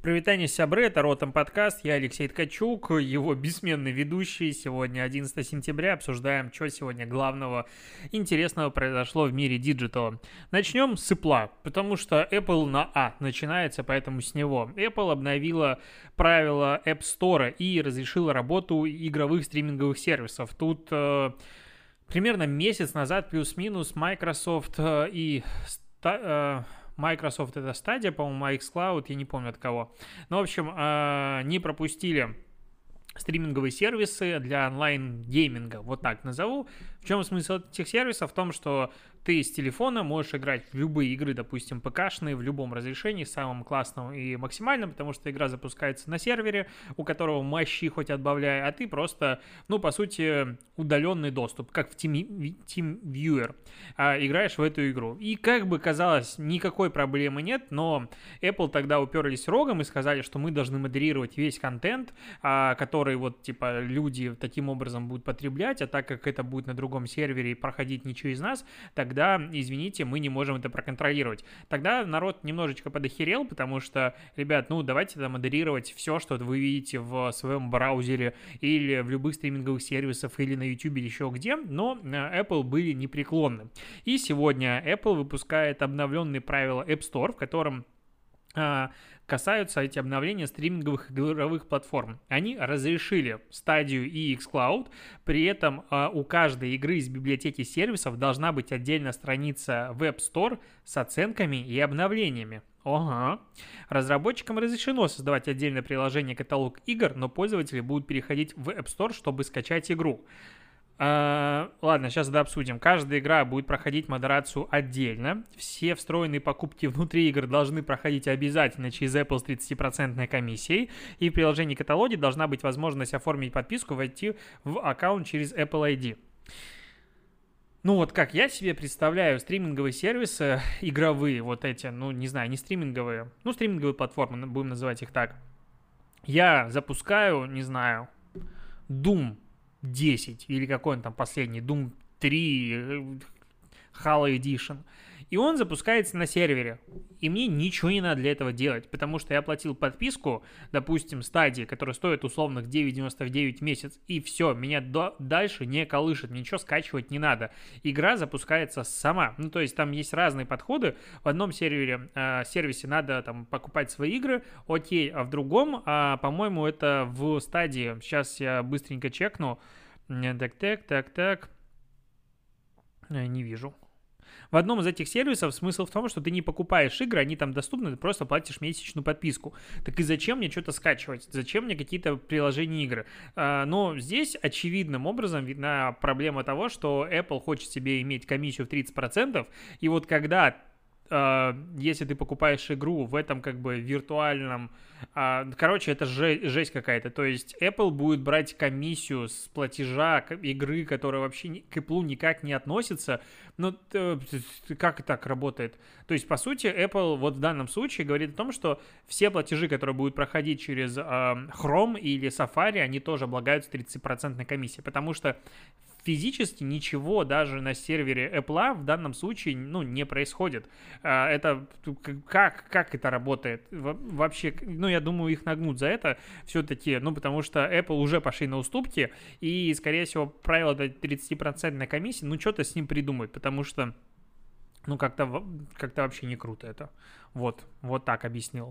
Привет, сябры, это Ротом подкаст, я Алексей Ткачук, его бессменный ведущий. Сегодня 11 сентября, обсуждаем, что сегодня главного интересного произошло в мире диджитала. Начнем с Apple, потому что Apple на А начинается, поэтому с него. Apple обновила правила App Store и разрешила работу игровых стриминговых сервисов. Тут примерно месяц назад плюс-минус Microsoft Microsoft это Stadia, по-моему, xCloud, я не помню от кого. Ну, в общем, не пропустили стриминговые сервисы для онлайн-гейминга, вот так назову. В чем смысл этих сервисов? В том, что ты с телефона можешь играть в любые игры, допустим, ПК-шные, в любом разрешении, самым классным и максимальным, потому что игра запускается на сервере, у которого мощи хоть отбавляй, а ты просто, по сути, удаленный доступ, как в TeamViewer, играешь в эту игру. И, как бы казалось, никакой проблемы нет, но Apple тогда уперлись рогом и сказали, что мы должны модерировать весь контент, который люди таким образом будут потреблять, а так как это будет на другом сервере и проходить не через нас, тогда, извините, мы не можем это проконтролировать. Тогда народ немножечко подохерел, потому что, ребят, давайте модерировать все, что вы видите в своем браузере или в любых стриминговых сервисах, или на YouTube, или еще где, но Apple были непреклонны. И сегодня Apple выпускает обновленные правила App Store, в котором касаются эти обновления стриминговых игровых платформ. Они разрешили Stadia и xCloud, при этом у каждой игры из библиотеки сервисов должна быть отдельная страница в App Store с оценками и обновлениями. Ага. Разработчикам разрешено создавать отдельное приложение каталог игр, но пользователи будут переходить в App Store, чтобы скачать игру. Ладно, сейчас дообсудим. Каждая игра будет проходить модерацию отдельно. Все встроенные покупки внутри игр должны проходить обязательно через Apple с 30% комиссией. И в приложении каталоги должна быть возможность оформить подписку, войти в аккаунт через Apple ID. Как я себе представляю стриминговые сервисы, игровые вот эти, не знаю, не стриминговые, стриминговые платформы, будем называть их так. Я запускаю, не знаю, Doom 10, или какой он там последний, Doom 3 Halo Edition, и он запускается на сервере, и мне ничего не надо для этого делать, потому что я оплатил подписку, допустим, Stadia, которая стоит условных $9.99 в месяц, и все, меня дальше не колышет, ничего скачивать не надо, игра запускается сама, то есть там есть разные подходы, в одном сервисе надо там покупать свои игры, окей, а в другом, по-моему, это в Stadia, сейчас я быстренько чекну, так, не вижу. В одном из этих сервисов смысл в том, что ты не покупаешь игры, они там доступны, ты просто платишь месячную подписку. Так и зачем мне что-то скачивать? Зачем мне какие-то приложения игры? Но здесь очевидным образом видна проблема того, что Apple хочет себе иметь комиссию в 30%, и вот когда если ты покупаешь игру в этом виртуальном... это жесть какая-то. То есть Apple будет брать комиссию с платежа игры, которая вообще к Apple никак не относится. Как так работает? То есть, по сути, Apple вот в данном случае говорит о том, что все платежи, которые будут проходить через Chrome или Safari, они тоже облагаются 30% комиссией, потому что физически ничего даже на сервере Apple в данном случае, не происходит. Это как это работает? Вообще, я думаю, их нагнут за это все-таки, потому что Apple уже пошли на уступки, и, скорее всего, правило до 30% комиссии, что-то с ним придумают, потому что как-то вообще не круто это. Вот так объяснил.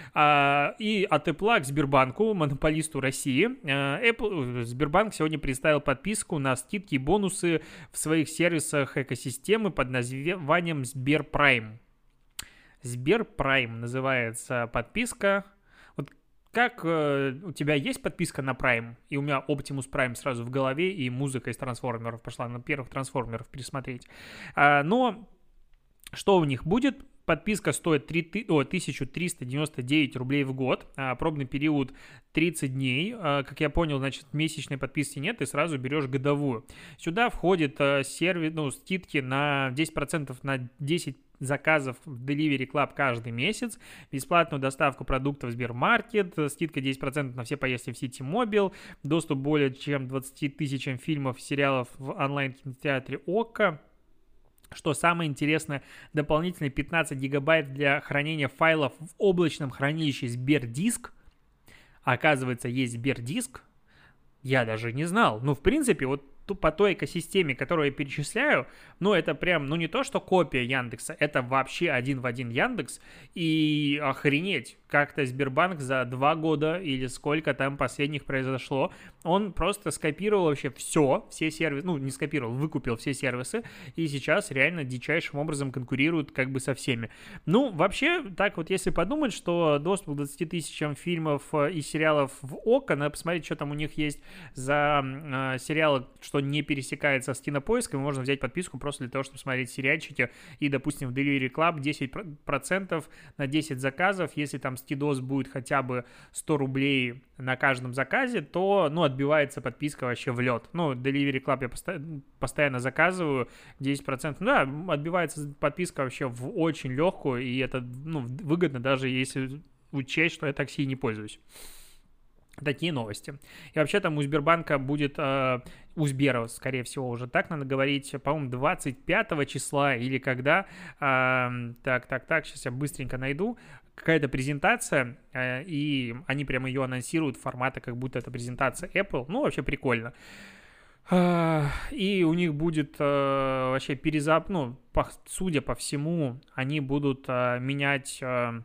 И от Apple к Сбербанку, монополисту России, Сбербанк сегодня представил подписку на скидки и бонусы в своих сервисах экосистемы под названием Сберпрайм. Сберпрайм называется подписка. Вот как у тебя есть подписка на Prime? И у меня Optimus Prime сразу в голове, и музыка из трансформеров пошла на первых трансформеров пересмотреть. Но что у них будет? Подписка стоит 1399 рублей в год, пробный период 30 дней. Как я понял, значит, месячной подписки нет, ты сразу берешь годовую. Сюда входит скидки на 10% на 10 заказов в Delivery Club каждый месяц, бесплатную доставку продуктов в Сбермаркет, скидка 10% на все поездки в Сити Мобил, доступ более чем 20 тысячам фильмов и сериалов в онлайн-кинотеатре ОККО, Что самое интересное, дополнительные 15 гигабайт для хранения файлов в облачном хранилище Сбердиск. Оказывается, есть Сбердиск. Я даже не знал. Ну, в принципе, вот по той экосистеме, которую я перечисляю, ну, это прям, ну, не то, что копия Яндекса, это вообще один в один Яндекс, и охренеть, как-то Сбербанк за 2 года или сколько там последних произошло, он просто скопировал вообще все сервисы, ну, не скопировал, выкупил все сервисы, и сейчас реально дичайшим образом конкурирует как бы со всеми. Ну, вообще, так вот, если подумать, что доступ к 20 тысячам фильмов и сериалов в ОК, надо посмотреть, что там у них есть за сериалы, что не пересекается с Кинопоиском, можно взять подписку просто для того, чтобы смотреть сериальчики, и, допустим, в Delivery Club 10% на 10 заказов, если там скидос будет хотя бы 100 рублей на каждом заказе, то, ну, отбивается подписка вообще в лед. Ну, Delivery Club я постоянно заказываю, 10%, да, отбивается подписка вообще в очень легкую, и это, ну, выгодно, даже если учесть, что я такси не пользуюсь. Такие новости. И вообще там у Сбербанка будет, у Сбера, скорее всего, уже так надо говорить, по-моему, 25 числа или когда, так, сейчас я быстренько найду, какая-то презентация, и они прямо ее анонсируют формата, как будто это презентация Apple, ну, вообще прикольно. И у них будет вообще судя по всему, они будут менять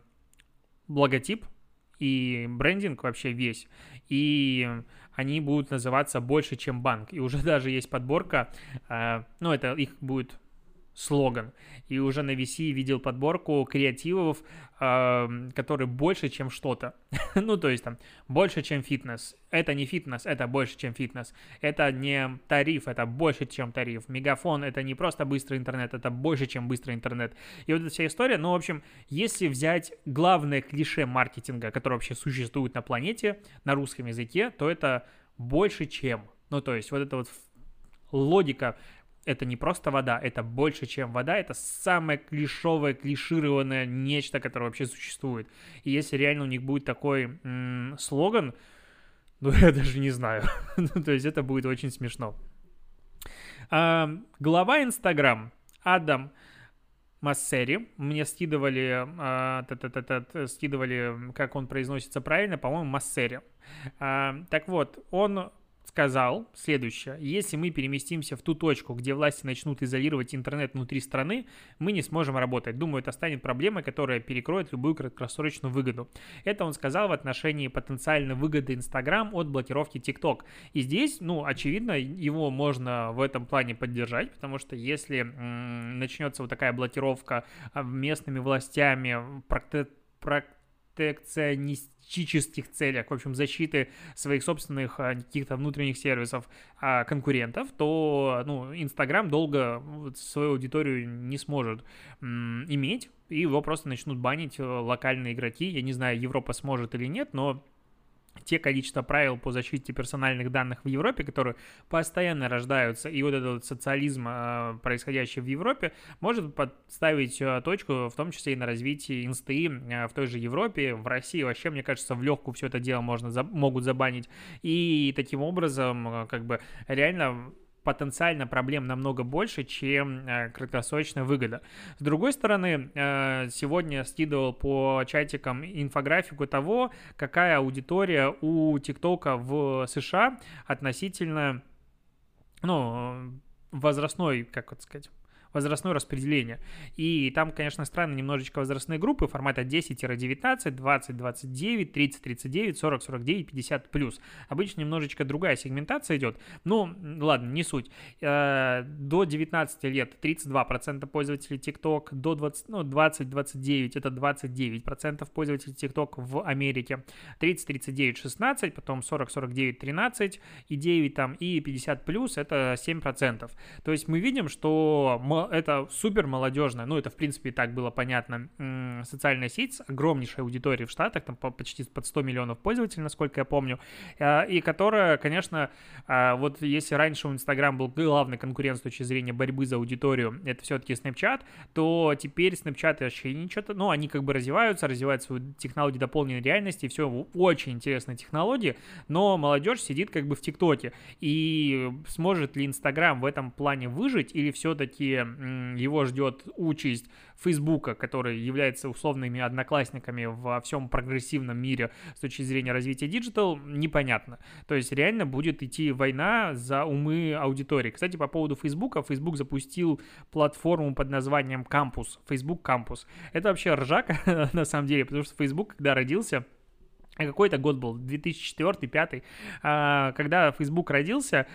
логотип и брендинг вообще весь, и они будут называться «Больше, чем банк». И уже даже есть подборка, ну, это их будет слоган. И уже на VC видел подборку креативов, которые больше, чем что-то. Ну, то есть там больше, чем фитнес. Это не фитнес, это больше, чем фитнес. Это не тариф, это больше, чем тариф. Мегафон — это не просто быстрый интернет, это больше, чем быстрый интернет. И вот эта вся история, ну, в общем, если взять главное клише маркетинга, которое вообще существует на планете, на русском языке, то это больше, чем. Ну, то есть вот эта вот логика. Это не просто вода, это больше, чем вода. Это самое клишовое, клишированное нечто, которое вообще существует. И если реально у них будет такой слоган, ну, я даже не знаю. То есть это будет очень смешно. Глава Инстаграм Адам Моссери. Мне скидывали, как он произносится правильно, по-моему, Моссери. Так вот, он сказал следующее: если мы переместимся в ту точку, где власти начнут изолировать интернет внутри страны, мы не сможем работать. Думаю, это станет проблемой, которая перекроет любую краткосрочную выгоду. Это он сказал в отношении потенциальной выгоды Instagram от блокировки TikTok. И здесь, ну, очевидно, его можно в этом плане поддержать, потому что если начнется вот такая блокировка местными властями, протекционистических целях, в общем, защиты своих собственных каких-то внутренних сервисов конкурентов, то, ну, Инстаграм долго свою аудиторию не сможет иметь, и его просто начнут банить локальные игроки. Я не знаю, Европа сможет или нет, но те количество правил по защите персональных данных в Европе, которые постоянно рождаются, и вот этот социализм, происходящий в Европе, может подставить точку, в том числе и на развитии инсты в той же Европе, в России вообще, мне кажется, в легкую все это дело могут забанить, и таким образом, как бы, реально потенциально проблем намного больше, чем краткосрочная выгода. С другой стороны, сегодня скидывал по чатикам инфографику того, какая аудитория у ТикТока в США относительно, ну, возрастной, как это сказать, возрастное распределение. И там, конечно, странно немножечко возрастные группы формата 10-19, 20-29, 30-39, 40-49, 50+. Обычно немножечко другая сегментация идет. Ну, ладно, не суть. До 19 лет 32% пользователей TikTok, до 20-29 это 29% пользователей TikTok в Америке, 30-39 16, потом 40-49 13 и 9 там, и 50+, это 7%. То есть мы видим, что это супер молодежная, ну, это, в принципе, и так было понятно, социальная сеть с огромнейшей аудиторией в Штатах, там почти под 100 миллионов пользователей, насколько я помню, и которая, конечно, вот если раньше у Instagram был главный конкурент с точки зрения борьбы за аудиторию, это все-таки Snapchat, то теперь Snapchat вообще ничего, ну, они как бы развивают свою технологию дополненной реальности, все очень интересные технологии, но молодежь сидит как бы в ТикТоке, и сможет ли Instagram в этом плане выжить, или все-таки его ждет участь Фейсбука, который является условными одноклассниками во всем прогрессивном мире с точки зрения развития диджитал, непонятно. То есть реально будет идти война за умы аудитории. Кстати, по поводу Фейсбука, Facebook запустил платформу под названием Campus, Facebook Campus. Это вообще ржака на самом деле, потому что Facebook, когда родился, какой-то год был, 2004-2005, когда Facebook родился,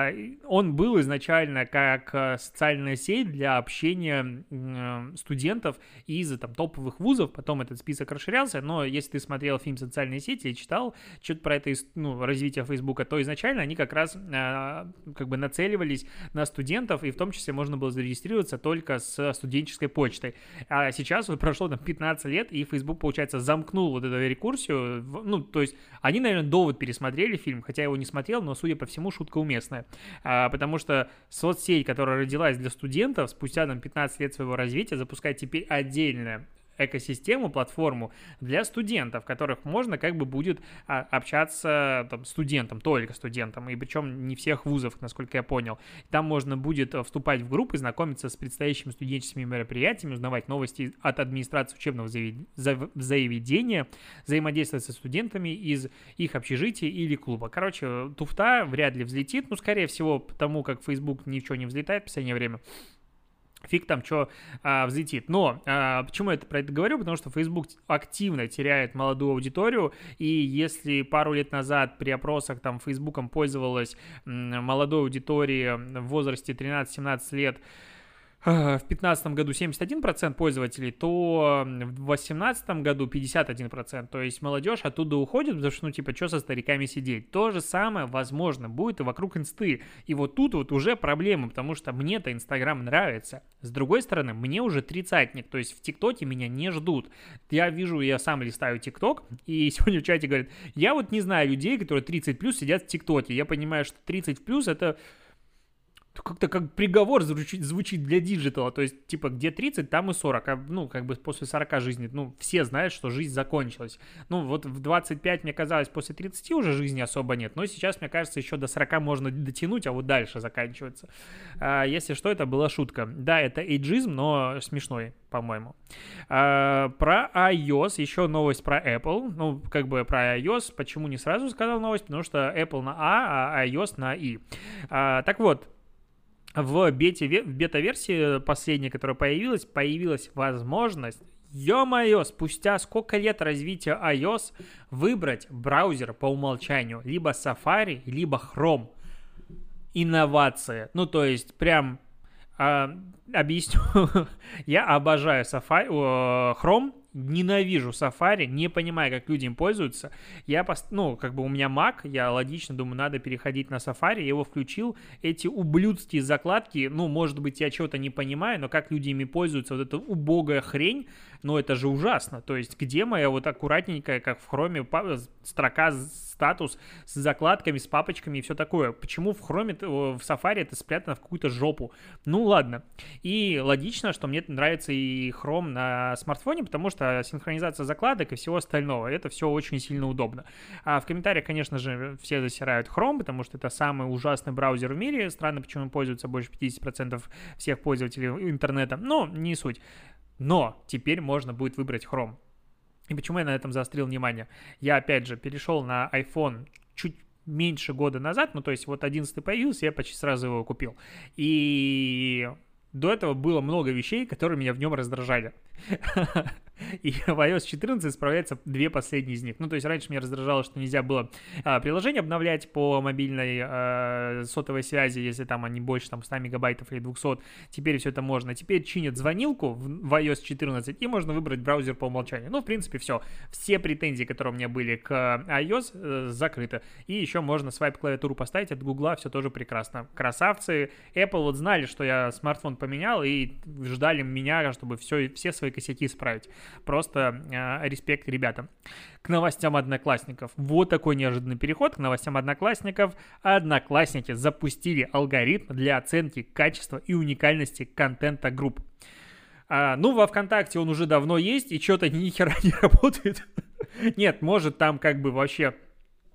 он был изначально как социальная сеть для общения студентов из там, топовых вузов, потом этот список расширялся, но если ты смотрел фильм «Социальные сети» и читал что-то про это развитие Facebook, то изначально они как раз как бы нацеливались на студентов, и в том числе можно было зарегистрироваться только с студенческой почтой. А сейчас вот прошло там 15 лет, и Facebook, получается, замкнул вот эту рекурсию. То есть они, наверное, «Довод» пересмотрели фильм, хотя я его не смотрел, но, судя по всему, шутка уместная. Потому что соцсеть, которая родилась для студентов, спустя там 15 лет своего развития, запускает теперь отдельное экосистему, платформу для студентов, в которых можно как бы будет общаться там, студентам, только студентам, и причем не всех вузов, насколько я понял. Там можно будет вступать в группы, знакомиться с предстоящими студенческими мероприятиями, узнавать новости от администрации учебного заведения, взаимодействовать со студентами из их общежития или клуба. Короче, туфта вряд ли взлетит, скорее всего, потому как Facebook ничего не взлетает в последнее время. Фиг там что взлетит. Но почему я про это говорю? Потому что Facebook активно теряет молодую аудиторию, и если пару лет назад при опросах там Фейсбуком пользовалась молодой аудитории в возрасте 13-17 лет, в 2015 году 71% пользователей, то в 2018 году 51%. То есть молодежь оттуда уходит, потому что, что со стариками сидеть. То же самое, возможно, будет и вокруг инсты. И вот тут вот уже проблема, потому что мне-то Инстаграм нравится. С другой стороны, мне уже тридцатник, то есть в ТикТоке меня не ждут. Я сам листаю ТикТок, и сегодня в чате говорят, я вот не знаю людей, которые 30+ сидят в ТикТоке. Я понимаю, что 30+ это... как-то как приговор звучит для диджитала, то есть, где 30, там и 40, после 40 жизни, все знают, что жизнь закончилась. Вот в 25, мне казалось, после 30 уже жизни особо нет, но сейчас, мне кажется, еще до 40 можно дотянуть, а вот дальше заканчивается. Если что, это была шутка. Да, это эйджизм, но смешной, по-моему. Про iOS, еще новость про Apple, про iOS, почему не сразу сказал новость, потому что Apple на А iOS на И. Так вот, в бета-версии последней, которая появилась возможность, ё-моё, спустя сколько лет развития iOS выбрать браузер по умолчанию, либо Safari, либо Chrome. Инновация. То есть прям объясню. Я обожаю Chrome, ненавижу Safari, не понимаю, как люди им пользуются. У меня Mac, я логично думаю, надо переходить на Safari, я его включил, эти ублюдские закладки, может быть, я чего-то не понимаю, но как люди ими пользуются, вот эта убогая хрень, это же ужасно. То есть, где моя вот аккуратненькая, как в Chrome, строка статус с закладками, с папочками и все такое? Почему в Chrome, в Safari это спрятано в какую-то жопу? Ладно. И логично, что мне нравится и Chrome на смартфоне, потому что синхронизация закладок и всего остального, это все очень сильно удобно. А в комментариях, конечно же, все засирают Chrome, потому что это самый ужасный браузер в мире. Странно, почему им пользуются больше 50% всех пользователей интернета. Но не суть. Но теперь можно будет выбрать Chrome. И почему я на этом заострил внимание? Я, опять же, перешел на iPhone чуть меньше года назад, то есть вот 11 появился, я почти сразу его купил. И до этого было много вещей, которые меня в нем раздражали. И в iOS 14 справляются две последние из них. То есть раньше меня раздражало, что нельзя было приложение обновлять по мобильной сотовой связи, если там они больше 100 мегабайтов или 200. Теперь все это можно. Теперь чинят звонилку в iOS 14, и можно выбрать браузер по умолчанию. В принципе, все. Все претензии, которые у меня были к iOS, закрыты. И еще можно свайп-клавиатуру поставить от Гугла, все тоже прекрасно. Красавцы. Apple знали, что я смартфон поменял, и ждали меня, чтобы все свои косяки исправить. Просто респект ребятам. К новостям Одноклассников. Вот такой неожиданный переход к новостям Одноклассников. Одноклассники запустили алгоритм для оценки качества и уникальности контента групп. Во ВКонтакте он уже давно есть, и что-то ни хера не работает. Нет, может там вообще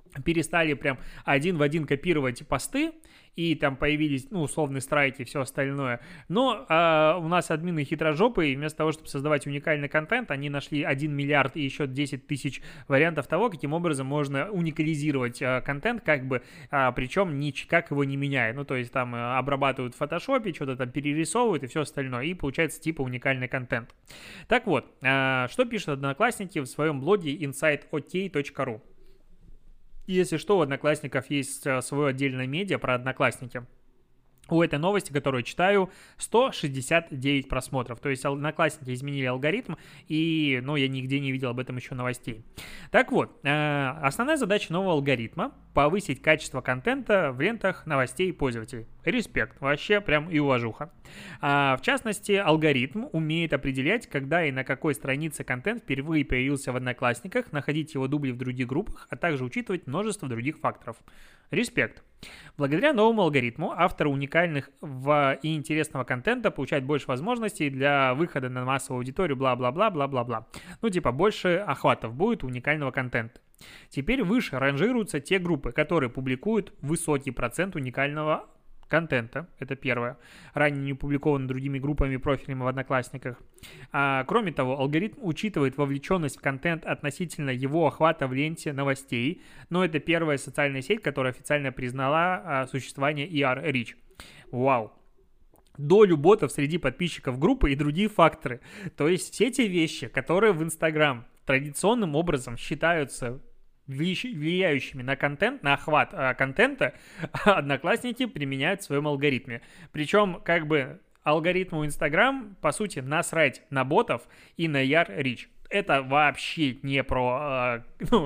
перестали прям один в один копировать посты, и там появились, ну, условные страйки и все остальное. Но у нас админы хитрожопые, вместо того, чтобы создавать уникальный контент, они нашли 1 миллиард и еще 10 тысяч вариантов того, каким образом можно уникализировать контент, как бы, причем никак его не меняя. Ну, то есть там обрабатывают в фотошопе, что-то там перерисовывают и все остальное, и получается типа уникальный контент. Так вот, что пишут одноклассники в своем блоге insideok.ru. Если что, у Одноклассников есть свое отдельное медиа про Одноклассники. У этой новости, которую читаю, 169 просмотров. То есть Одноклассники изменили алгоритм, и, ну, я нигде не видел об этом еще новостей. Так вот, основная задача нового алгоритма — повысить качество контента в лентах новостей пользователей. Респект, вообще прям и уважуха. В частности, алгоритм умеет определять, когда и на какой странице контент впервые появился в Одноклассниках, находить его дубли в других группах, а также учитывать множество других факторов. Респект. Благодаря новому алгоритму авторы уникальных и интересного контента получают больше возможностей для выхода на массовую аудиторию, бла-бла-бла, бла-бла-бла. Ну, типа, больше охватов будет у уникального контента. Теперь выше ранжируются те группы, которые публикуют высокий процент уникального контента, это первое, ранее не опубликовано другими группами и профилями в Одноклассниках. Кроме того, алгоритм учитывает вовлеченность в контент относительно его охвата в ленте новостей, но это первая социальная сеть, которая официально признала существование ER-Reach. Вау! Долю ботов среди подписчиков группы и другие факторы. То есть все те вещи, которые в Instagram традиционным образом считаются влияющими на контент, на охват контента, Одноклассники применяют в своем алгоритме. Причем, как бы, алгоритму Instagram, по сути, насрать на ботов и на ER-Reach. Это вообще не про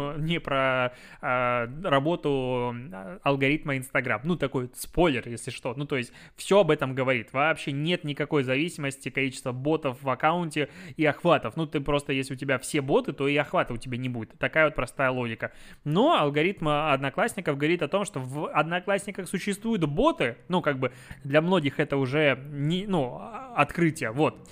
работу алгоритма Instagram. Ну, такой спойлер, если что. Ну, то есть, все об этом говорит. Вообще нет никакой зависимости количества ботов в аккаунте и охватов. Ну, ты просто, если у тебя все боты, то и охвата у тебя не будет. Такая вот простая логика. Но алгоритм Одноклассников говорит о том, что в Одноклассниках существуют боты. Ну, как бы, для многих это уже открытие. Вот.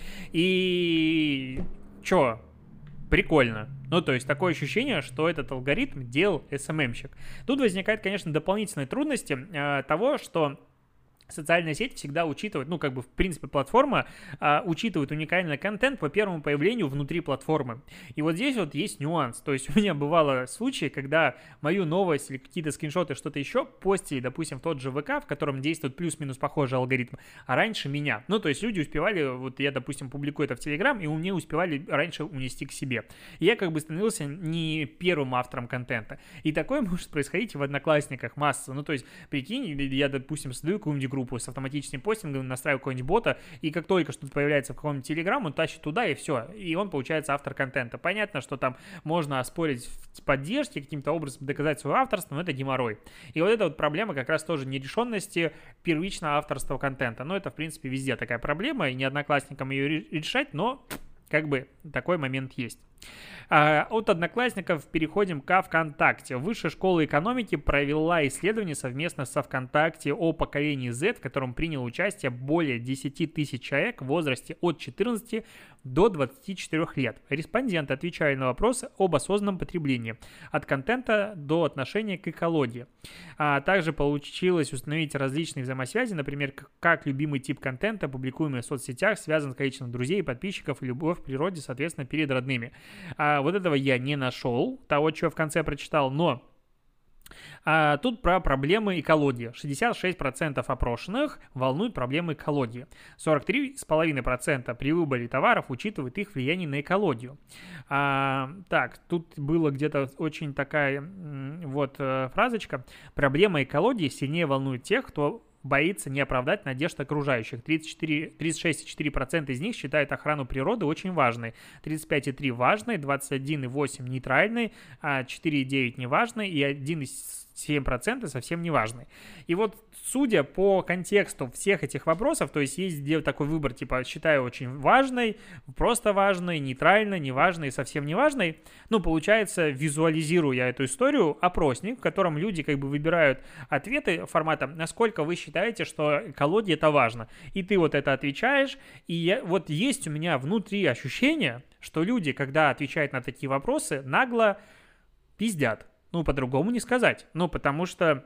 И чё? Прикольно. Ну, то есть, такое ощущение, что этот алгоритм делал SMM-щик. Тут возникают, конечно, дополнительные трудности того, что социальная сеть всегда учитывает, ну, как бы, в принципе, платформа учитывает уникальный контент по первому появлению внутри платформы. И вот здесь вот есть нюанс. То есть у меня бывало случаи, когда мою новость или какие-то скриншоты, что-то еще постили, допустим, в тот же ВК, в котором действует плюс-минус похожий алгоритм, а раньше меня. Ну, то есть люди успевали, вот я, допустим, публикую это в Телеграм, и у меня успевали раньше унести к себе. И я как бы становился не первым автором контента. И такое может происходить в Одноклассниках масса. Ну, то есть, прикинь, я, допустим, создаю какую-нибудь группу с автоматическим постингом, настраиваю какого-нибудь бота, и как только что-то появляется в каком-нибудь Телеграм, он тащит туда, и все, и он получается автор контента. Понятно, что там можно оспорить в поддержке, каким-то образом доказать свое авторство, но это геморрой. И вот эта вот проблема как раз тоже нерешенности первичного авторства контента. Но это, в принципе, везде такая проблема, и не Одноклассникам ее решать, но как бы такой момент есть. От Одноклассников переходим ко ВКонтакте. Высшая школа экономики провела исследование совместно со ВКонтакте о поколении Z, в котором приняло участие более 10 тысяч человек в возрасте от 14 до 24 лет. Респонденты отвечали на вопросы об осознанном потреблении, от контента до отношения к экологии. Также получилось установить различные взаимосвязи, например, как любимый тип контента, публикуемый в соцсетях, связан с количеством друзей, подписчиков и любовь к природе, соответственно, перед родными. Вот этого я не нашел, того, что я в конце прочитал, но тут про проблемы экологии. 66% опрошенных волнуют проблемы экологии. 43,5% при выборе товаров учитывают их влияние на экологию. Так, тут было где-то очень такая вот фразочка. Проблема экологии сильнее волнует тех, кто боится не оправдать надежд окружающих. 36,4% из них считают охрану природы очень важной, 35,3% важной, 21,8% нейтральной, 4,9% неважной и 1,7% совсем неважной. И вот, судя по контексту всех этих вопросов, то есть есть где такой выбор, типа, считаю очень важной, просто важной, нейтральной, неважной и совсем неважной, ну, получается, визуализирую я эту историю, опросник, в котором люди как бы выбирают ответы формата, насколько вы считаете, что экология это важно. И ты вот это отвечаешь, и вот есть у меня внутри ощущение, что люди, когда отвечают на такие вопросы, нагло пиздят. Ну, по-другому не сказать. Ну, потому что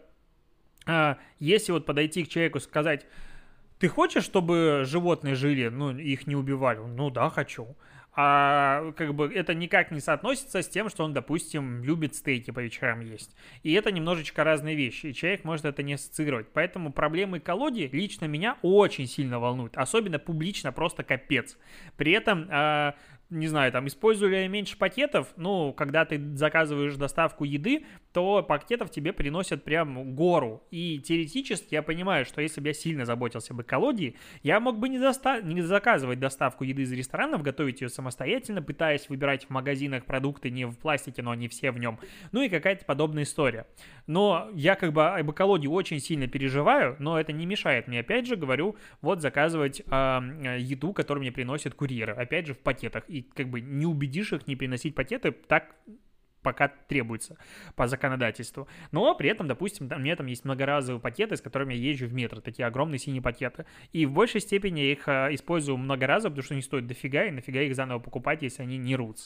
если вот подойти к человеку и сказать, ты хочешь, чтобы животные жили, ну, их не убивали? Ну да, хочу. А как бы это никак не соотносится с тем, что он, допустим, любит стейки по вечерам есть. И это немножечко разные вещи, и человек может это не ассоциировать. Поэтому проблемы экологии лично меня очень сильно волнуют. Особенно публично, просто капец. При этом не знаю, там, использую ли я меньше пакетов, ну, когда ты заказываешь доставку еды, то пакетов тебе приносят прям гору. И теоретически я понимаю, что если бы я сильно заботился об экологии, я мог бы не заказывать доставку еды из ресторанов, готовить ее самостоятельно, пытаясь выбирать в магазинах продукты не в пластике, но они все в нем. Ну и какая-то подобная история. Но я как бы об экологии очень сильно переживаю, но это не мешает мне, опять же, говорю, вот заказывать еду, которую мне приносят курьеры, опять же, в пакетах. И как бы не убедишь их не приносить пакеты так, пока требуется по законодательству. Но при этом, допустим, у меня там есть многоразовые пакеты, с которыми я езжу в метро, такие огромные синие пакеты. И в большей степени я их использую многоразово, потому что они стоят дофига, и нафига их заново покупать, если они не рутся.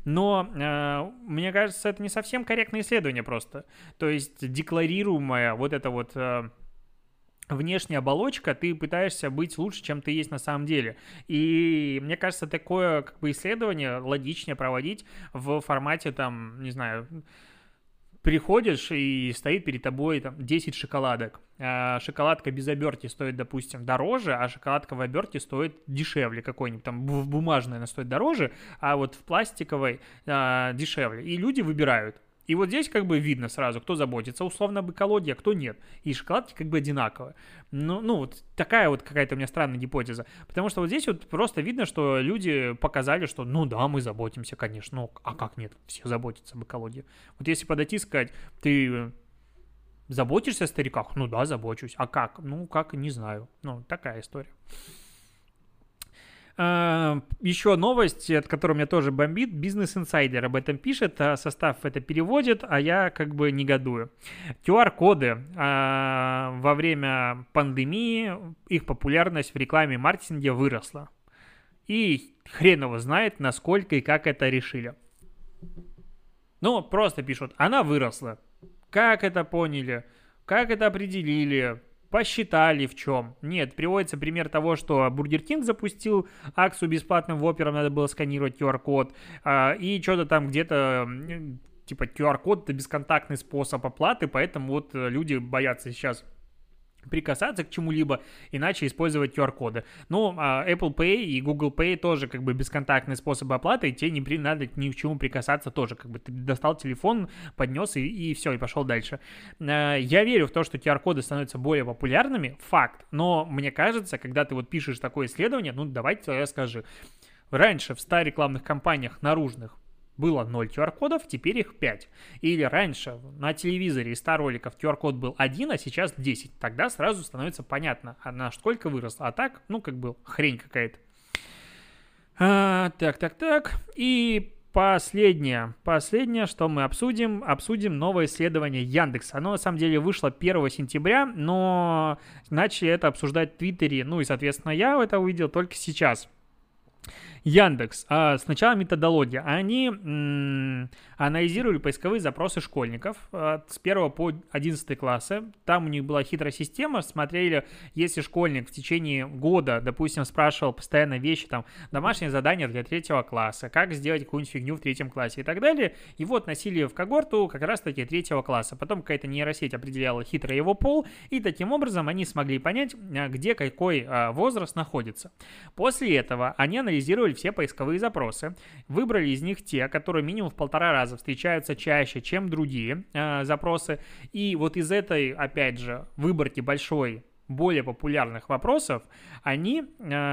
Но мне кажется, это не совсем корректное исследование просто. То есть декларируемая вот эта вот внешняя оболочка, ты пытаешься быть лучше, чем ты есть на самом деле. И мне кажется, такое как бы исследование логичнее проводить в формате, там, не знаю, приходишь и стоит перед тобой там 10 шоколадок. Шоколадка без обертки стоит, допустим, дороже, а шоколадка в обертке стоит дешевле какой-нибудь. Там в бумажной она стоит дороже, а вот в пластиковой дешевле. И люди выбирают. И вот здесь как бы видно сразу, кто заботится условно об экологии, а кто нет. И шоколадки как бы одинаковые. Ну вот такая вот какая-то у меня странная гипотеза. Потому что вот здесь вот просто видно, что люди показали, что ну да, мы заботимся, конечно. Ну, а как нет? Все заботятся об экологии. Вот если подойти и сказать, ты заботишься о стариках? Ну да, забочусь. А как? Ну как, не знаю. Ну, такая история. Еще новость, от которой меня тоже бомбит. Бизнес Инсайдер об этом пишет, состав это переводит, а я как бы негодую. QR-коды во время пандемии, их популярность в рекламе и маркетинге выросла. И хрен его знает, насколько и как это решили. Ну, просто пишут, она выросла. Как это поняли? Как это определили? Посчитали в чем. Нет, приводится пример того, что Бургер Кинг запустил акцию бесплатным воппером, надо было сканировать QR-код, и что-то там где-то, типа QR-код это бесконтактный способ оплаты, поэтому вот люди боятся сейчас прикасаться к чему-либо, иначе использовать QR-коды. Ну, Apple Pay и Google Pay тоже как бы бесконтактные способы оплаты, и тебе не надо ни к чему прикасаться тоже. Как бы ты достал телефон, поднес и все, и пошел дальше. Я верю в то, что QR-коды становятся более популярными, факт, но мне кажется, когда ты вот пишешь такое исследование, ну, давайте я скажу. Раньше в 100 рекламных кампаниях наружных было 0 QR-кодов, теперь их 5. Или раньше на телевизоре из 100 роликов QR-код был 1, а сейчас 10. Тогда сразу становится понятно, насколько выросло. А так, ну, как бы хрень какая-то. Так. И последнее, что мы обсудим новое исследование Яндекса. Оно на самом деле вышло 1 сентября, но начали это обсуждать в Твиттере, ну и, соответственно, я это увидел только сейчас. Яндекс. Сначала методология. Они анализировали поисковые запросы школьников с 1 по 11 классы. Там у них была хитрая система. Смотрели, если школьник в течение года, допустим, спрашивал постоянно вещи, там, домашнее задание для 3 класса, как сделать какую-нибудь фигню в 3 классе и так далее, его относили в когорту как раз-таки 3 класса. Потом какая-то нейросеть определяла хитро его пол, и таким образом они смогли понять, где какой возраст находится. После этого они анализировали все поисковые запросы, выбрали из них те, которые минимум в 1,5 раза встречаются чаще, чем другие запросы, и вот из этой, опять же, выборки большой, более популярных вопросов, они...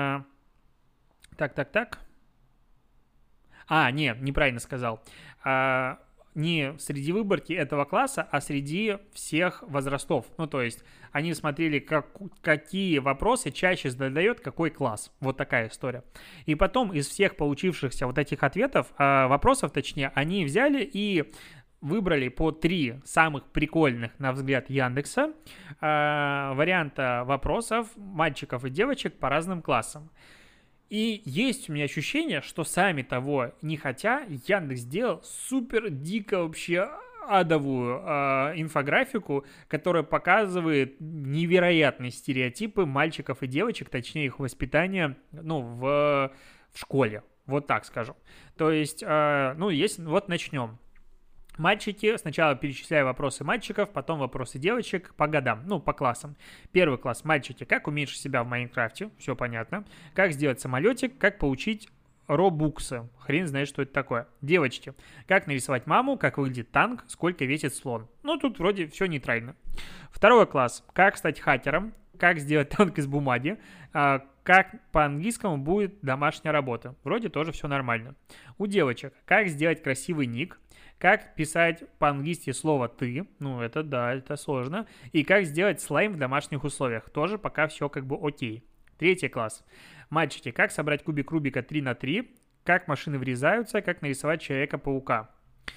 неправильно сказал. Не среди выборки этого класса, а среди всех возрастов. Ну, то есть они смотрели, какие вопросы чаще задает какой класс. Вот такая история. И потом из всех получившихся вот этих ответов, вопросов точнее, они взяли и выбрали по 3 самых прикольных, на взгляд Яндекса, варианта вопросов мальчиков и девочек по разным классам. И есть у меня ощущение, что сами того не хотя, Яндекс сделал супер дико вообще адовую инфографику, которая показывает невероятные стереотипы мальчиков и девочек, точнее их воспитания, ну, в школе. Вот так скажу. То есть, вот начнем. Мальчики, сначала перечисляю вопросы мальчиков, потом вопросы девочек по годам, ну, по классам. Первый класс, мальчики, как уменьшить себя в Майнкрафте, все понятно. Как сделать самолетик, как получить робуксы, хрен знает, что это такое. Девочки, как нарисовать маму, как выглядит танк, сколько весит слон. Ну, тут вроде все нейтрально. Второй класс, как стать хакером, как сделать танк из бумаги, как по-английскому будет домашняя работа. Вроде тоже все нормально. У девочек, как сделать красивый ник, как писать по-английски слово «ты», ну, это да, это сложно, и как сделать слайм в домашних условиях, тоже пока все как бы окей. Третий класс. Мальчики, как собрать кубик Рубика 3×3, как машины врезаются, как нарисовать Человека-паука.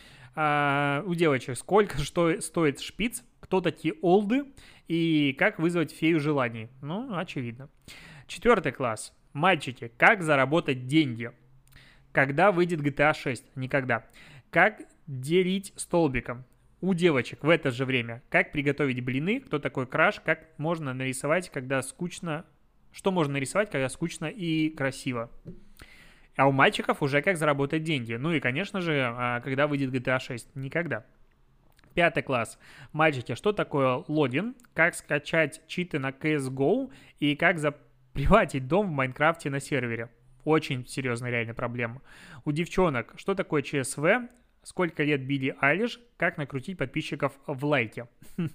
У девочек, сколько стоит шпиц, кто такие олды и как вызвать фею желаний. Ну, очевидно. Четвертый класс. Мальчики, как заработать деньги. Когда выйдет GTA 6? Никогда. Как делить столбиком. У девочек в это же время. Как приготовить блины, кто такой краш, как можно нарисовать, когда скучно. Что можно нарисовать, когда скучно и красиво. А у мальчиков уже как заработать деньги. Ну и, конечно же, когда выйдет GTA 6? Никогда. Пятый класс. Мальчики, что такое логин? Как скачать читы на CSGO и как заприватить дом в Майнкрафте на сервере? Очень серьезная реальная проблема. У девчонок, что такое ЧСВ? Сколько лет Билли Айлиш? Как накрутить подписчиков в лайке?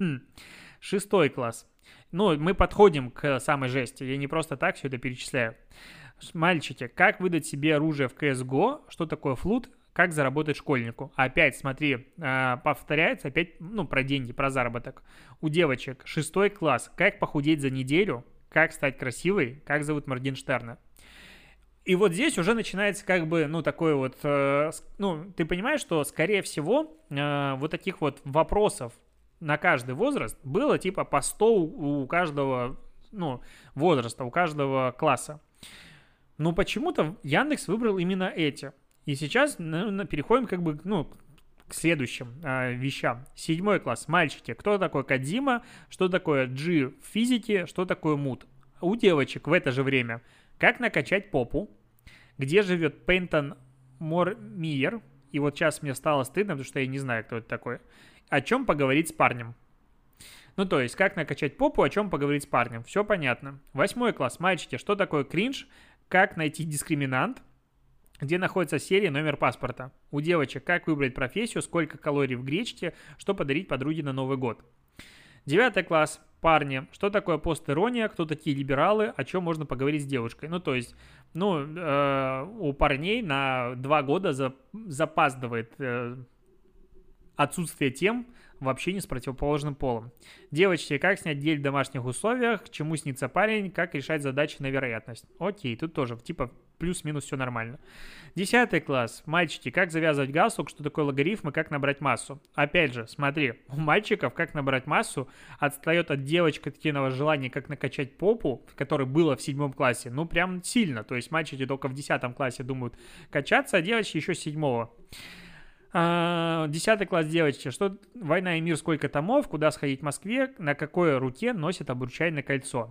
Шестой класс. Ну, мы подходим к самой жести. Я не просто так все это перечисляю. Мальчики, как выдать себе оружие в CSGO? Что такое флут? Как заработать школьнику? Опять, смотри, повторяется опять, ну, про деньги, про заработок. У девочек шестой класс. Как похудеть за неделю? Как стать красивой? Как зовут Моргенштерна? И вот здесь уже начинается как бы, ну, такой вот, ты понимаешь, что, скорее всего, вот таких вот вопросов на каждый возраст было типа по 100 у каждого, ну, возраста, у каждого класса. Но почему-то Яндекс выбрал именно эти. И сейчас переходим как бы, ну, к следующим вещам. Седьмой класс. Мальчики. Кто такой Кодзима? Что такое G в физике? Что такое мут? У девочек в это же время. Как накачать попу? Где живет Пейнтон Мормиер? И вот сейчас мне стало стыдно, потому что я не знаю, кто это такой. О чем поговорить с парнем? Ну, то есть, как накачать попу, о чем поговорить с парнем. Все понятно. Восьмой класс. Мальчики, что такое кринж? Как найти дискриминант? Где находится серия, номер паспорта? У девочек, как выбрать профессию, сколько калорий в гречке, что подарить подруге на Новый год? Девятый класс. Парни, что такое постирония, кто такие либералы, о чем можно поговорить с девушкой? Ну, то есть, у парней на 2 года запаздывает отсутствие тем в общении с противоположным полом. Девочки, как снять гель в домашних условиях, к чему снится парень, как решать задачи на вероятность. Окей, тут тоже типа плюс-минус все нормально. 10 класс. Мальчики, как завязывать галстук, что такое логарифм и как набрать массу. Опять же, смотри, у мальчиков как набрать массу отстает от девочки-ткиного желания, как накачать попу, которое было в 7 классе, ну прям сильно. То есть мальчики только в 10 классе думают качаться, а девочки еще с 7. 10 класс девочки. Что «Война и мир», сколько томов, куда сходить в Москве, на какой руке носит обручальное кольцо.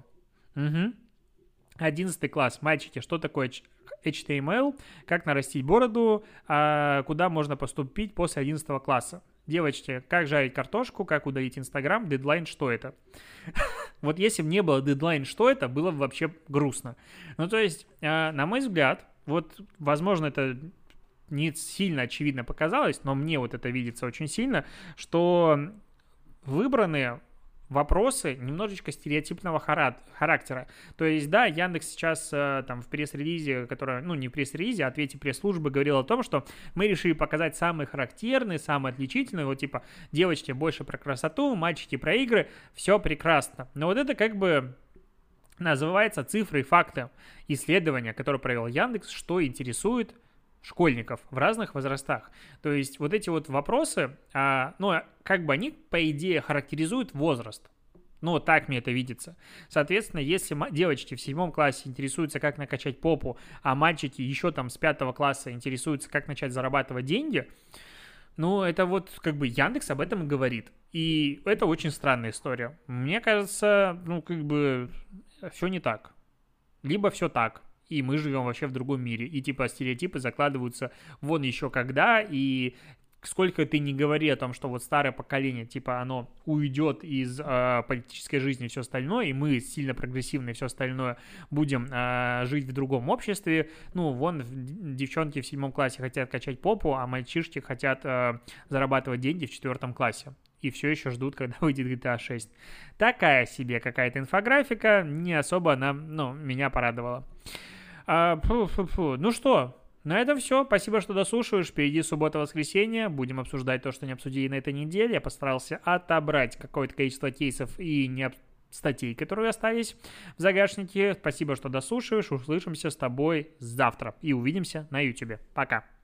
11 класс. Мальчики, что такое HTML, как нарастить бороду, куда можно поступить после 11 класса. Девочки, как жарить картошку, как удалить Инстаграм, дедлайн, что это? Вот если бы не было дедлайн, что это, было бы вообще грустно. Ну, то есть, на мой взгляд, вот, возможно, это не сильно очевидно показалось, но мне вот это видится очень сильно, что выбраны вопросы немножечко стереотипного характера. То есть, да, Яндекс сейчас там в пресс-релизе, которая, ну, не в пресс-релизе, а ответе пресс-службы говорил о том, что мы решили показать самые характерные, самые отличительные, вот типа девочки больше про красоту, мальчики про игры, все прекрасно. Но вот это как бы называется цифры и факты исследования, которое провел Яндекс, что интересует школьников в разных возрастах. То есть вот эти вот вопросы, как бы они, по идее, характеризуют возраст. Ну, так мне это видится. Соответственно, если девочки в 7 классе интересуются, как накачать попу, а мальчики еще там с 5 класса интересуются, как начать зарабатывать деньги, Ну, это вот как бы Яндекс об этом и говорит. И это очень странная история. Мне кажется, ну, как бы все не так. Либо все так, и мы живем вообще в другом мире. И типа стереотипы закладываются вон еще когда, и сколько ты не говори о том, что вот старое поколение, типа, оно уйдет из политической жизни и все остальное, и мы сильно прогрессивные и все остальное будем жить в другом обществе. Ну, вон девчонки в 7 классе хотят качать попу, а мальчишки хотят зарабатывать деньги в 4 классе. И все еще ждут, когда выйдет GTA 6. Такая себе какая-то инфографика, не особо она, ну, меня порадовала. Ну что, на этом все. Спасибо, что дослушиваешь. Впереди суббота-воскресенье. Будем обсуждать то, что не обсудили на этой неделе. Я постарался отобрать какое-то количество кейсов и статей, которые остались в загашнике. Спасибо, что дослушиваешь. Услышимся с тобой завтра. И увидимся на YouTube. Пока.